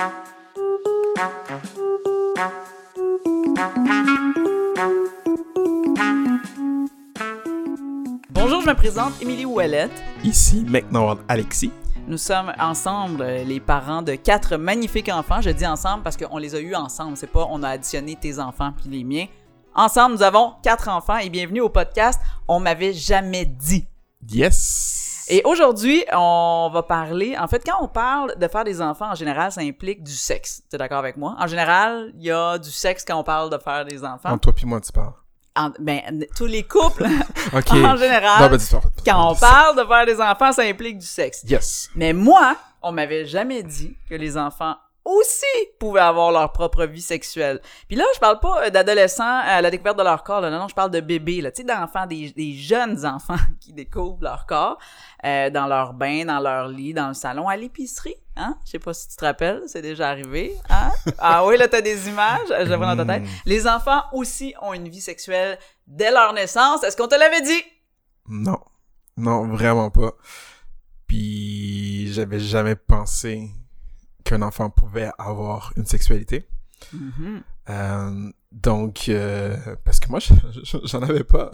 Bonjour, je me présente, Émilie Ouellette. Ici, McNord Alexis. Nous sommes ensemble, les parents de 4 magnifiques enfants. Je dis ensemble parce qu'on les a eus ensemble. C'est pas on a additionné tes enfants puis les miens. Ensemble, nous avons 4 enfants et bienvenue au podcast On m'avait jamais dit. Yes! Et aujourd'hui, on va parler... En fait, quand on parle de faire des enfants, en général, ça implique du sexe. T'es d'accord avec moi? En général, il y a du sexe quand on parle de faire des enfants. Entre toi puis moi, tu parles. Tous les couples, Okay. en général, Non, ben, dis-toi. quand on parle de faire des enfants, ça implique du sexe. Yes. Mais moi, on m'avait jamais dit que les enfants aussi pouvaient avoir leur propre vie sexuelle. Puis là, je parle pas d'adolescents à la découverte de leur corps, là. Non, je parle de bébés, là. Tu sais, d'enfants, des jeunes enfants qui découvrent leur corps dans leur bain, dans leur lit, dans le salon, à l'épicerie. Hein? Je sais pas si tu te rappelles, c'est déjà arrivé. Hein? Ah oui, là, t'as des images, je vois dans ta tête. Les enfants aussi ont une vie sexuelle dès leur naissance. Est-ce qu'on te l'avait dit? Non. Non, vraiment pas. Puis, j'avais jamais pensé qu'un enfant pouvait avoir une sexualité. Mm-hmm. Donc, parce que moi, j'en avais pas.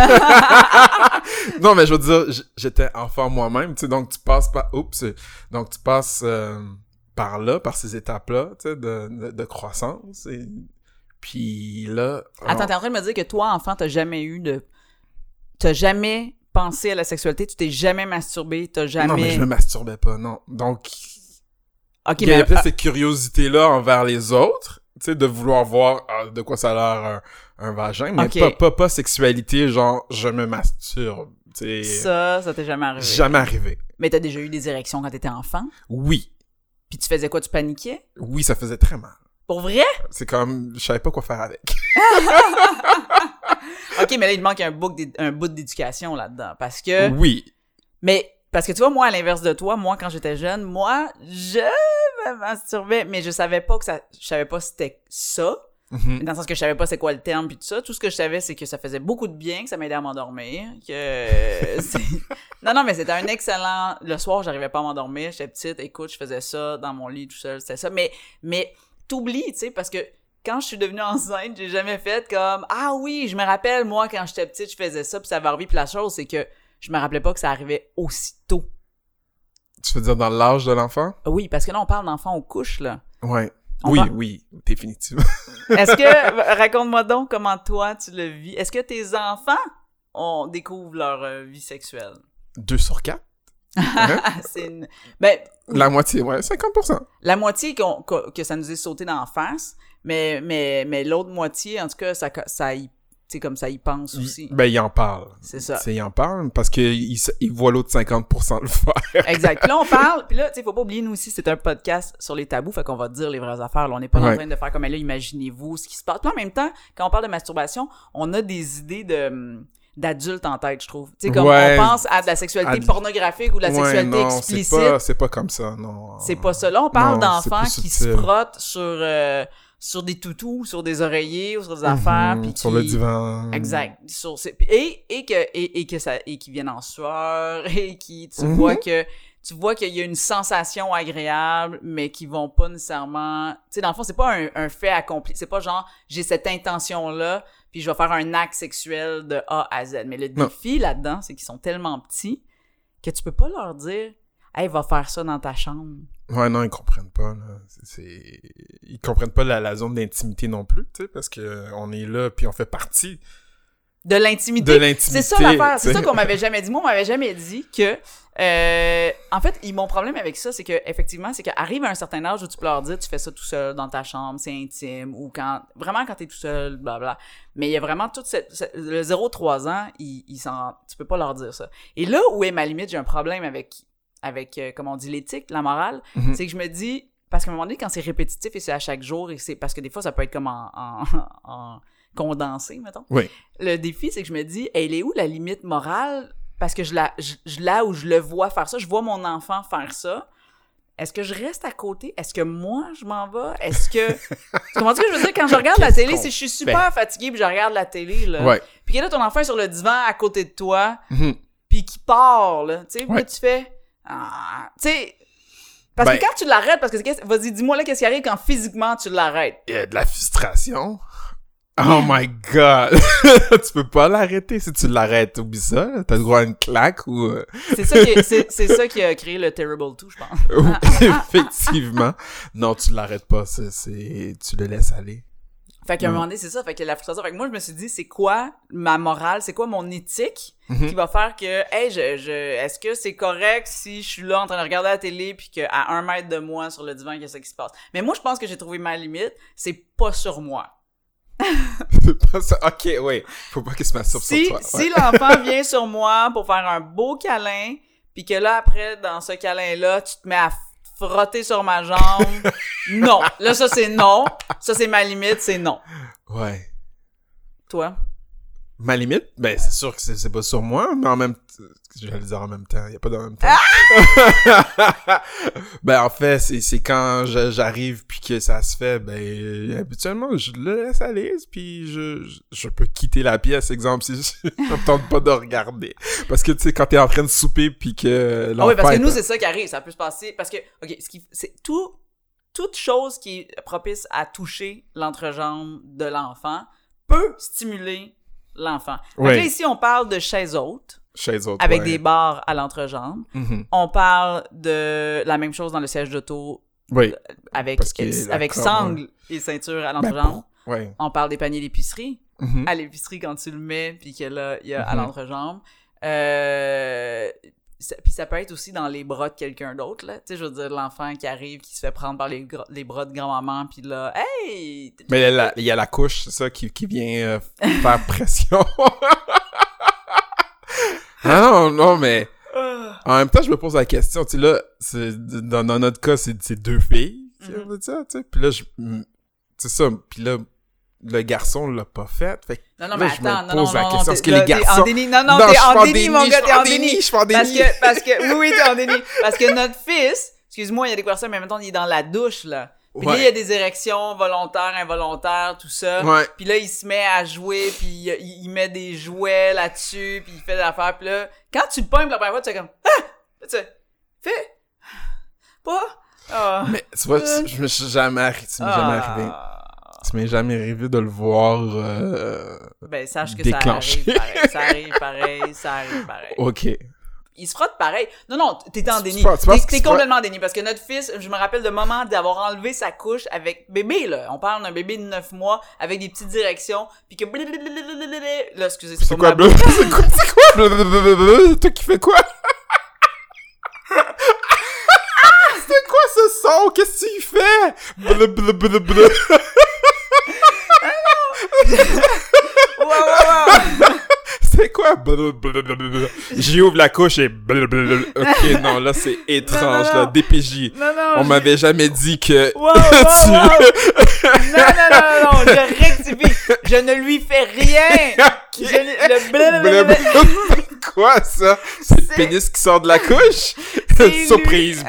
Non, mais je veux dire, j'étais enfant moi-même, tu sais, donc tu passes par là, par ces étapes-là, tu sais, de croissance, et puis là... Attends, t'es en train de me dire que toi, enfant, t'as jamais pensé à la sexualité, tu t'es jamais masturbé, t'as jamais... Non, mais je me masturbais pas, non. Donc, okay, il y avait peut-être cette curiosité-là envers les autres, tu sais, de vouloir voir de quoi ça a l'air un vagin, mais okay. pas sexualité, genre, je me masturbe, tu sais. Ça t'est jamais arrivé. Jamais arrivé. Mais t'as déjà eu des érections quand t'étais enfant? Oui. Puis tu faisais quoi? Tu paniquais? Oui, ça faisait très mal. Pour vrai? C'est comme, je savais pas quoi faire avec. OK, mais là, il te manque un bout d'éducation là-dedans, parce que... Oui. Mais, parce que tu vois, moi, à l'inverse de toi, moi, quand j'étais jeune, moi, je me masturbais, mais je savais pas c'était ça. Mm-hmm. Dans le sens que je savais pas c'est quoi le terme puis tout ça. Tout ce que je savais, c'est que ça faisait beaucoup de bien, que ça m'aidait à m'endormir, que... Non, mais c'était un excellent... Le soir, j'arrivais pas à m'endormir, j'étais petite, écoute, je faisais ça dans mon lit tout seul, c'était ça. Mais t'oublies, tu sais, parce que quand je suis devenue enceinte, j'ai jamais fait comme « Ah oui, je me rappelle, moi, quand j'étais petite, je faisais ça, puis ça va arriver. » Puis la chose, c'est que je me rappelais pas que ça arrivait aussitôt. Tu veux dire dans l'âge de l'enfant? Oui, parce que là, on parle d'enfants aux couches, là. Ouais. Oui, définitivement. Est-ce que, raconte-moi donc comment toi, tu le vis. Est-ce que tes enfants découvrent leur vie sexuelle? 2 sur 4? Hein? Ben, la moitié, ouais, 50%. La moitié que ça nous est sauté d'en face, mais l'autre moitié, en tout cas, ça y pense aussi. Ben, il en parle. C'est ça. Il en parle parce qu'il voit l'autre 50% le faire. Exact. Puis là, on parle, puis là, tu sais, faut pas oublier, nous aussi, c'est un podcast sur les tabous, fait qu'on va dire les vraies affaires. Là, on n'est pas en train de faire comme, là, imaginez-vous ce qui se passe. Puis là, en même temps, quand on parle de masturbation, on a des idées d'adultes en tête, je trouve. Tu sais, comme on pense à de la sexualité pornographique ou de la sexualité explicite. C'est pas comme ça, non. C'est pas ça. Là, on parle d'enfants qui se subtil. frottent sur des toutous, sur des oreillers ou sur des affaires, puis sur le divan. Exact. Et qui viennent en sueur, et qui tu vois qu'il y a une sensation agréable, mais qui vont pas nécessairement... Tu sais, dans le fond, c'est pas un fait accompli. C'est pas genre, j'ai cette intention-là, puis je vais faire un acte sexuel de A à Z. Mais le défi là-dedans, c'est qu'ils sont tellement petits que tu peux pas leur dire « Hey, va faire ça dans ta chambre. » Ouais, non, ils comprennent pas, là. Ils comprennent pas la zone d'intimité non plus, tu sais, parce que on est là, puis on fait partie... De l'intimité. C'est ça l'affaire. C'est ça qu'on m'avait jamais dit. Moi, on m'avait jamais dit que... en fait, mon problème avec ça, c'est que effectivement, c'est qu'arrive à un certain âge où tu peux leur dire tu fais ça tout seul dans ta chambre, c'est intime, ou quand t'es tout seul, blablabla. Mais il y a vraiment toute le 0-3 ans, tu peux pas leur dire ça. Et là où est ma limite, j'ai un problème avec comme on dit, l'éthique, la morale, c'est que je me dis... Parce qu'à un moment donné, quand c'est répétitif et c'est à chaque jour, et c'est parce que des fois, ça peut être comme en condensé, mettons. Oui. Le défi, c'est que je me dis, elle est où la limite morale? Parce que là où je le vois faire ça, je vois mon enfant faire ça. Est-ce que je reste à côté? Est-ce que moi, je m'en vais? Est-ce que... Tu comprends ce que je veux dire? Quand je regarde la télé, si je suis super fatiguée puis je regarde la télé, là, ouais. Puis que là, ton enfant est sur le divan à côté de toi, puis qui part, là, tu sais, là, tu fais... Ah, tu sais... Parce que quand tu l'arrêtes, parce que vas-y, dis-moi là qu'est-ce qui arrive quand physiquement tu l'arrêtes. Il y a de la frustration. Oh my god! Tu peux pas l'arrêter si tu l'arrêtes. Oublie ça. T'as le droit à une claque ou... C'est ça qui a créé le Terrible 2, je pense. Effectivement. Non, tu l'arrêtes pas. Tu le laisses aller. Fait qu'à un moment donné, c'est ça. Fait que la frustration. Fait que moi, je me suis dit, c'est quoi ma morale? C'est quoi mon éthique qui va faire que, hey, est-ce que c'est correct si je suis là en train de regarder la télé puis qu'à 1 mètre de moi sur le divan, il y a ça qui se passe? Mais moi, je pense que j'ai trouvé ma limite. C'est pas sur moi. Ok, oui. Faut pas qu'il se masturbe sur toi. Si l'enfant vient sur moi pour faire un beau câlin, puis que là, après, dans ce câlin-là, tu te mets à frotter sur ma jambe, non. Là, ça, c'est non. Ça, c'est ma limite, c'est non. Ouais. Toi? Ma limite? Ben, c'est sûr que c'est pas sur moi, mais en même temps... J'allais dire en même temps. Il y a pas de en même temps. Ben, en fait, c'est quand j'arrive puis que ça se fait, ben, habituellement, je le laisse aller puis je peux quitter la pièce, exemple, si je me tente pas de regarder. Parce que, tu sais, quand t'es en train de souper puis que l'enfant... Ah oui, parce que nous, c'est ça qui arrive. Ça peut se passer... Parce que, OK, c'est toute chose qui est propice à toucher l'entrejambe de l'enfant peut stimuler l'enfant. Donc là, ici, on parle de chaise haute. Avec des barres à l'entrejambe. Mm-hmm. On parle de la même chose dans le siège d'auto. Oui. Avec sangle et ceinture à l'entrejambe. On parle des paniers d'épicerie. Mm-hmm. À l'épicerie, quand tu le mets, puis que là, il y a à l'entrejambe. Puis ça peut être aussi dans les bras de quelqu'un d'autre, là. Tu sais, je veux dire, l'enfant qui arrive, qui se fait prendre par les bras de grand-maman, puis là, hey! Mais il y a la couche, c'est ça, qui vient faire pression. Non, mais en même temps, je me pose la question, tu sais, là, dans notre cas, c'est 2 filles qui ont dit ça, tu sais, puis là, c'est ça, puis là, le garçon l'a pas fait, fait que non, mais là, attends, je me pose la question, est-ce que les garçons... T'es en déni, t'es en déni, mon gars, t'es en déni. Je suis en déni. Parce que, oui, t'es en déni. Parce que notre fils, excuse-moi, il y a des personnes, mais maintenant, il est dans la douche, là. Puis là, il y a des érections volontaires, involontaires, tout ça. Ouais. Puis là, il se met à jouer, puis il met des jouets là-dessus, puis il fait des affaires. Puis là, quand tu le pognes la première fois, tu fais comme « Ah! » Tu sais, fais pas. Oh. Mais tu vois, je me suis jamais arrivé. Ça m'est jamais arrivé de le voir ben, sache que déclencher. ça arrive pareil. OK. Il se frotte pareil. Non, t'es en déni. T'es complètement en déni. Parce que notre fils, je me rappelle de moments d'avoir enlevé sa couche avec bébé, là. On parle d'un bébé de 9 mois avec des petites directions. Puis que... Là, excusez, c'est quoi? C'est quoi? Toi qui fais quoi? C'est quoi ce son? Qu'est-ce que tu fais? Wow. C'est quoi? J'y ouvre la couche et ok, non, là, c'est étrange, là. DPJ. On m'avait jamais dit que Non, je rectifie. Je ne lui fais rien. Quoi, ça? C'est le pénis qui sort de la couche? Surprise.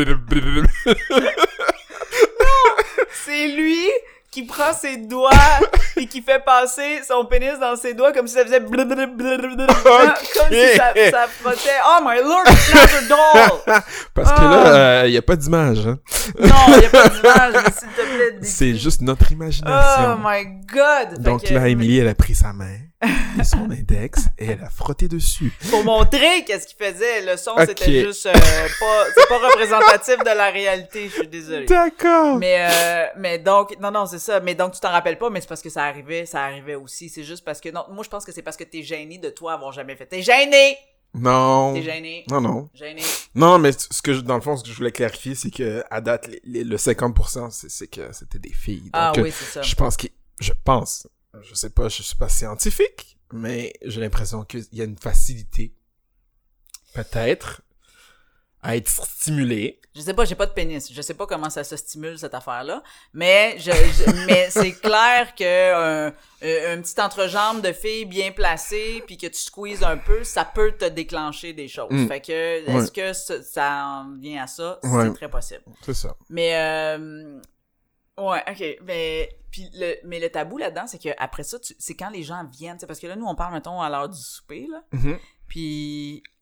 C'est lui qui prend ses doigts et qui fait passer son pénis dans ses doigts comme si ça faisait comme si ça frottait. Oh my lord, it's not a doll! Parce que là, y a pas d'image, hein. Non, y a pas d'image, mais s'il te plaît. C'est juste notre imagination. Oh my god! Donc là, Émilie, elle a pris sa main et son index et elle a frotté dessus. Pour montrer qu'est-ce qu'il faisait. Le son, c'était juste c'est pas représentatif de la réalité, je suis désolée. D'accord. Mais donc, non, c'est ça. Mais donc, tu t'en rappelles pas, mais c'est parce que ça arrivait aussi. C'est juste parce que, non, moi, je pense que c'est parce que t'es gêné de toi avoir jamais fait. T'es gêné! Non. T'es gêné? Non. Gêné? Non, mais dans le fond, ce que je voulais clarifier, c'est que, à date, le 50%, c'est que c'était des filles. Donc, oui, c'est ça. Je pense, je sais pas, je suis pas scientifique, mais j'ai l'impression qu'il y a une facilité, peut-être, à être stimulé. Je sais pas, j'ai pas de pénis. Je sais pas comment ça se stimule, cette affaire-là. Mais mais c'est clair que un petit entrejambe de fille bien placée puis que tu squeezes un peu, ça peut te déclencher des choses. Fait que, est-ce que ça en vient à ça? C'est très possible. C'est ça. Mais, ouais, ok. Mais le tabou là-dedans, c'est que après ça, c'est quand les gens viennent, parce que là, nous, on parle, mettons, à l'heure du souper, là. Mm-hmm. Puis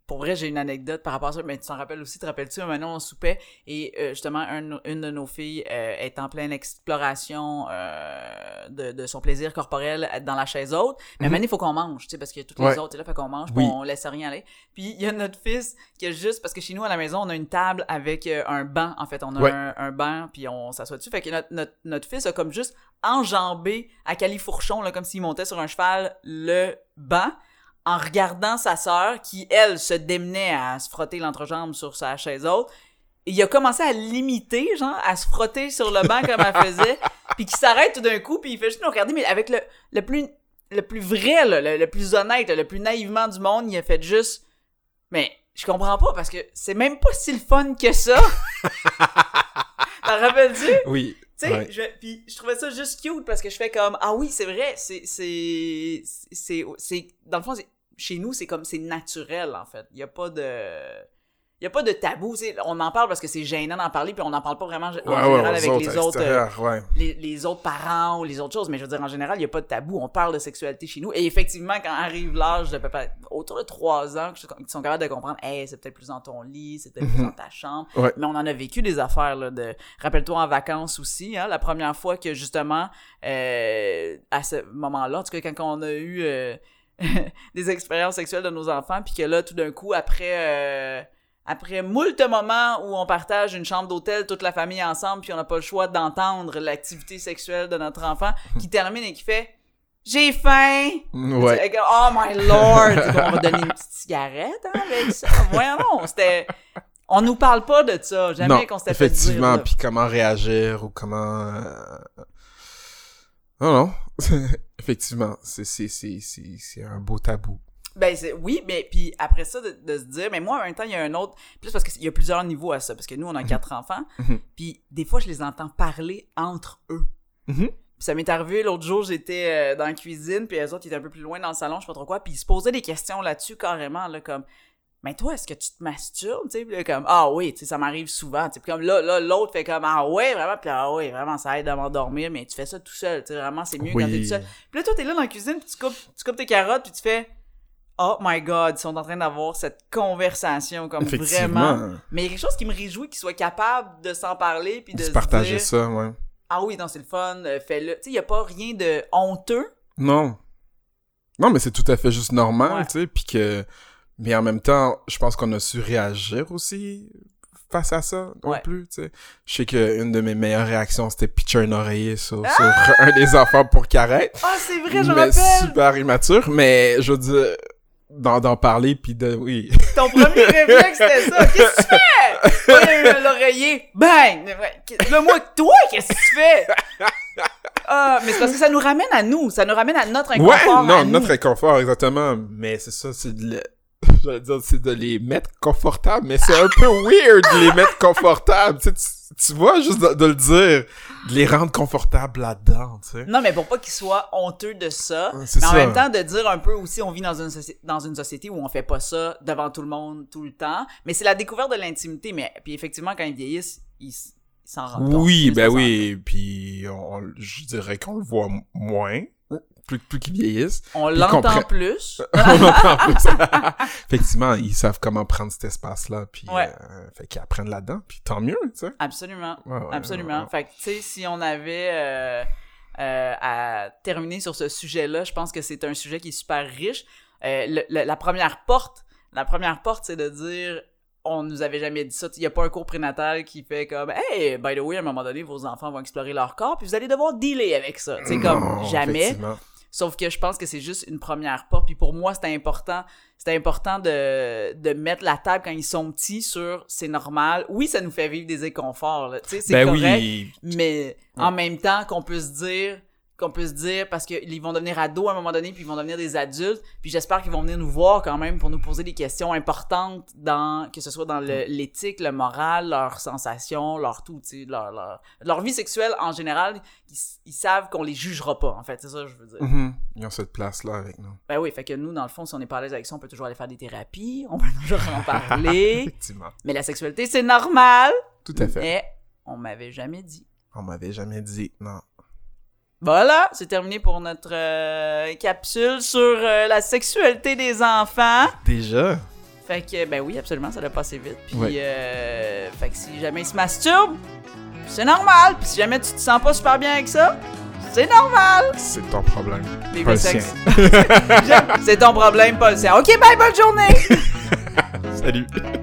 pour vrai, j'ai une anecdote par rapport à ça, mais tu t'en rappelles aussi, te rappelles-tu, un moment on soupait et justement, une de nos filles est en pleine exploration de son plaisir corporel dans la chaise haute, mais maintenant, il faut qu'on mange, tu sais, parce que toutes les autres, là, fait qu'on mange, puis on laisse rien aller. Puis il y a notre fils qui a juste, parce que chez nous, à la maison, on a une table avec un banc, en fait, on a un banc, puis on s'assoit dessus, fait que notre fils a comme juste enjambé à califourchon, là, comme s'il montait sur un cheval, le banc, en regardant sa sœur qui, elle, se démenait à se frotter l'entrejambe sur sa chaise haute. Et il a commencé à l'imiter, genre, à se frotter sur le banc comme elle faisait, puis qu'il s'arrête tout d'un coup, puis il fait juste nous regarder, mais avec le plus vrai, là, le plus honnête, là, le plus naïvement du monde, il a fait juste... Mais je comprends pas, parce que c'est même pas si le fun que ça. T'en rappelles-tu? Oui. Tu sais, puis je trouvais ça juste cute parce que je fais comme ah oui, c'est vrai, c'est dans le fond chez nous, c'est comme c'est naturel en fait. Il y a pas de tabou, tu sais, on en parle parce que c'est gênant d'en parler puis on n'en parle pas vraiment en général avec les autres les autres parents ou les autres choses, mais je veux dire en général, il y a pas de tabou, on parle de sexualité chez nous et effectivement quand arrive l'âge de peut-être autour de 3 ans qu'ils sont capables de comprendre c'est peut-être plus dans ton lit, c'est peut-être plus dans ta chambre, mais on en a vécu des affaires là rappelle-toi en vacances aussi hein, la première fois que justement à ce moment-là, en tout cas quand on a eu des expériences sexuelles de nos enfants puis que là tout d'un coup après moult moments où on partage une chambre d'hôtel, toute la famille ensemble, puis on n'a pas le choix d'entendre l'activité sexuelle de notre enfant, qui termine et qui fait « J'ai faim! » Ouais. Oh my lord! On va donner une petite cigarette hein, avec ça. Voyons non, c'était... On nous parle pas de ça, jamais qu'on s'était fait dire. Effectivement, puis comment réagir ou comment... Non. Effectivement, c'est un beau tabou. Ben oui, mais puis après ça de se dire mais moi en même temps il y a un autre plus parce qu'il y a plusieurs niveaux à ça parce que nous on a 4 enfants puis des fois je les entends parler entre eux. Puis ça m'est arrivé l'autre jour, j'étais dans la cuisine puis les autres ils étaient un peu plus loin dans le salon, je sais pas trop quoi, puis ils se posaient des questions là-dessus carrément là comme mais toi est-ce que tu te masturbes, tu sais, comme ah oui, tu sais ça m'arrive souvent, tu sais, puis comme là l'autre fait comme ah ouais vraiment, puis ah ouais vraiment ça aide à m'endormir, mais tu fais ça tout seul, tu sais vraiment c'est mieux quand t'es tout seul. Puis là toi t'es là dans la cuisine puis tu coupes tes carottes puis tu fais oh my god, ils sont en train d'avoir cette conversation comme vraiment. Mais il y a quelque chose qui me réjouit qu'ils soient capables de s'en parler puis de se partager dire, ça, ouais. Ah oui, non, c'est le fun, fais-le. Tu sais, il y a pas rien de honteux. Non, mais c'est tout à fait juste normal, tu sais, puis que... Mais en même temps, je pense qu'on a su réagir aussi face à ça non plus, tu sais. Je sais qu'une de mes meilleures réactions, c'était pitcher un oreiller sur un des enfants pour qu'il arrête. Ah, c'est vrai, je me rappelle! Super immature, mais je veux dire... D'en parler pis de oui. Ton premier réflexe c'était ça. Qu'est-ce que tu fais? L'oreiller, bang. Là moi toi, qu'est-ce que tu fais? Mais c'est parce que ça nous ramène à nous, ça nous ramène à notre inconfort. Notre inconfort exactement. Mais c'est ça, c'est j'allais dire c'est de les mettre confortables, mais c'est un peu weird de les mettre confortables. Tu vois, juste de le dire, de les rendre confortables là-dedans, tu sais. Non, mais pour pas qu'ils soient honteux de ça, c'est mais en ça. même temps de dire un peu aussi, on vit dans une société où on fait pas ça devant tout le monde, tout le temps, mais c'est la découverte de l'intimité, mais puis effectivement, quand ils vieillissent, ils s'en rendent compte. Oui, ben oui, puis je dirais qu'on le voit moins. Plus qu'ils vieillissent. On l'entend plus. On l'entend plus. Effectivement, ils savent comment prendre cet espace-là, puis fait qu'ils apprennent là-dedans, puis tant mieux, tu sais. Absolument. Absolument. Fait que, tu sais, si on avait à terminer sur ce sujet-là, je pense que c'est un sujet qui est super riche. La première porte, c'est de dire... On nous avait jamais dit ça. Il n'y a pas un cours prénatal qui fait comme « Hey, by the way, à un moment donné, vos enfants vont explorer leur corps, puis vous allez devoir dealer avec ça. » Tu sais, comme jamais. Sauf que je pense que c'est juste une première porte. Puis pour moi, c'était important de mettre la table quand ils sont petits sur c'est normal. Oui, ça nous fait vivre des inconforts, là. Tu sais, c'est correct. Oui. Mais en même temps qu'on peut se dire parce qu'ils vont devenir ados à un moment donné puis ils vont devenir des adultes puis j'espère qu'ils vont venir nous voir quand même pour nous poser des questions importantes que ce soit dans l'éthique, le moral, leurs sensations, leur tout, tu sais, leur vie sexuelle en général, ils savent qu'on les jugera pas en fait, c'est ça que je veux dire. Ils ont cette place-là avec nous. Ben oui, fait que nous dans le fond si on n'est pas à l'aise avec ça, on peut toujours aller faire des thérapies, on peut toujours en parler. Effectivement. Mais la sexualité c'est normal. Tout à fait. Mais on m'avait jamais dit. Non. Voilà, c'est terminé pour notre capsule sur la sexualité des enfants. Déjà? Fait que, ben oui, absolument, ça doit passer vite. Puis, fait que si jamais il se masturbe, c'est normal. Puis si jamais tu te sens pas super bien avec ça, c'est normal. C'est ton problème. Pas le sien. C'est ton problème, pas le sien. OK, bye, bonne journée. Salut.